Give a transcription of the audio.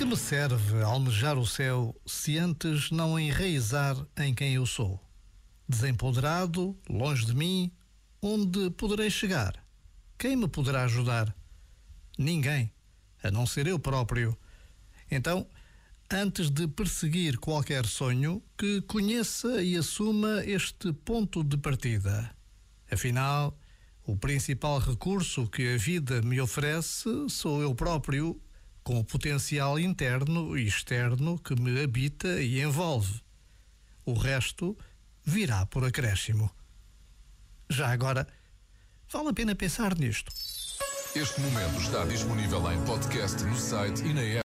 me serve almejar o céu se antes não enraizar em quem eu sou? Desempoderado, longe de mim, onde poderei chegar? Quem me poderá ajudar? Ninguém, a não ser eu próprio. Então, antes de perseguir qualquer sonho, que conheça e assuma este ponto de partida. Afinal, o principal recurso que a vida me oferece sou eu próprio, com o potencial interno e externo que me habita e envolve. O resto virá por acréscimo. Já agora, vale a pena pensar nisto. Este momento está disponível em podcast no site e na app.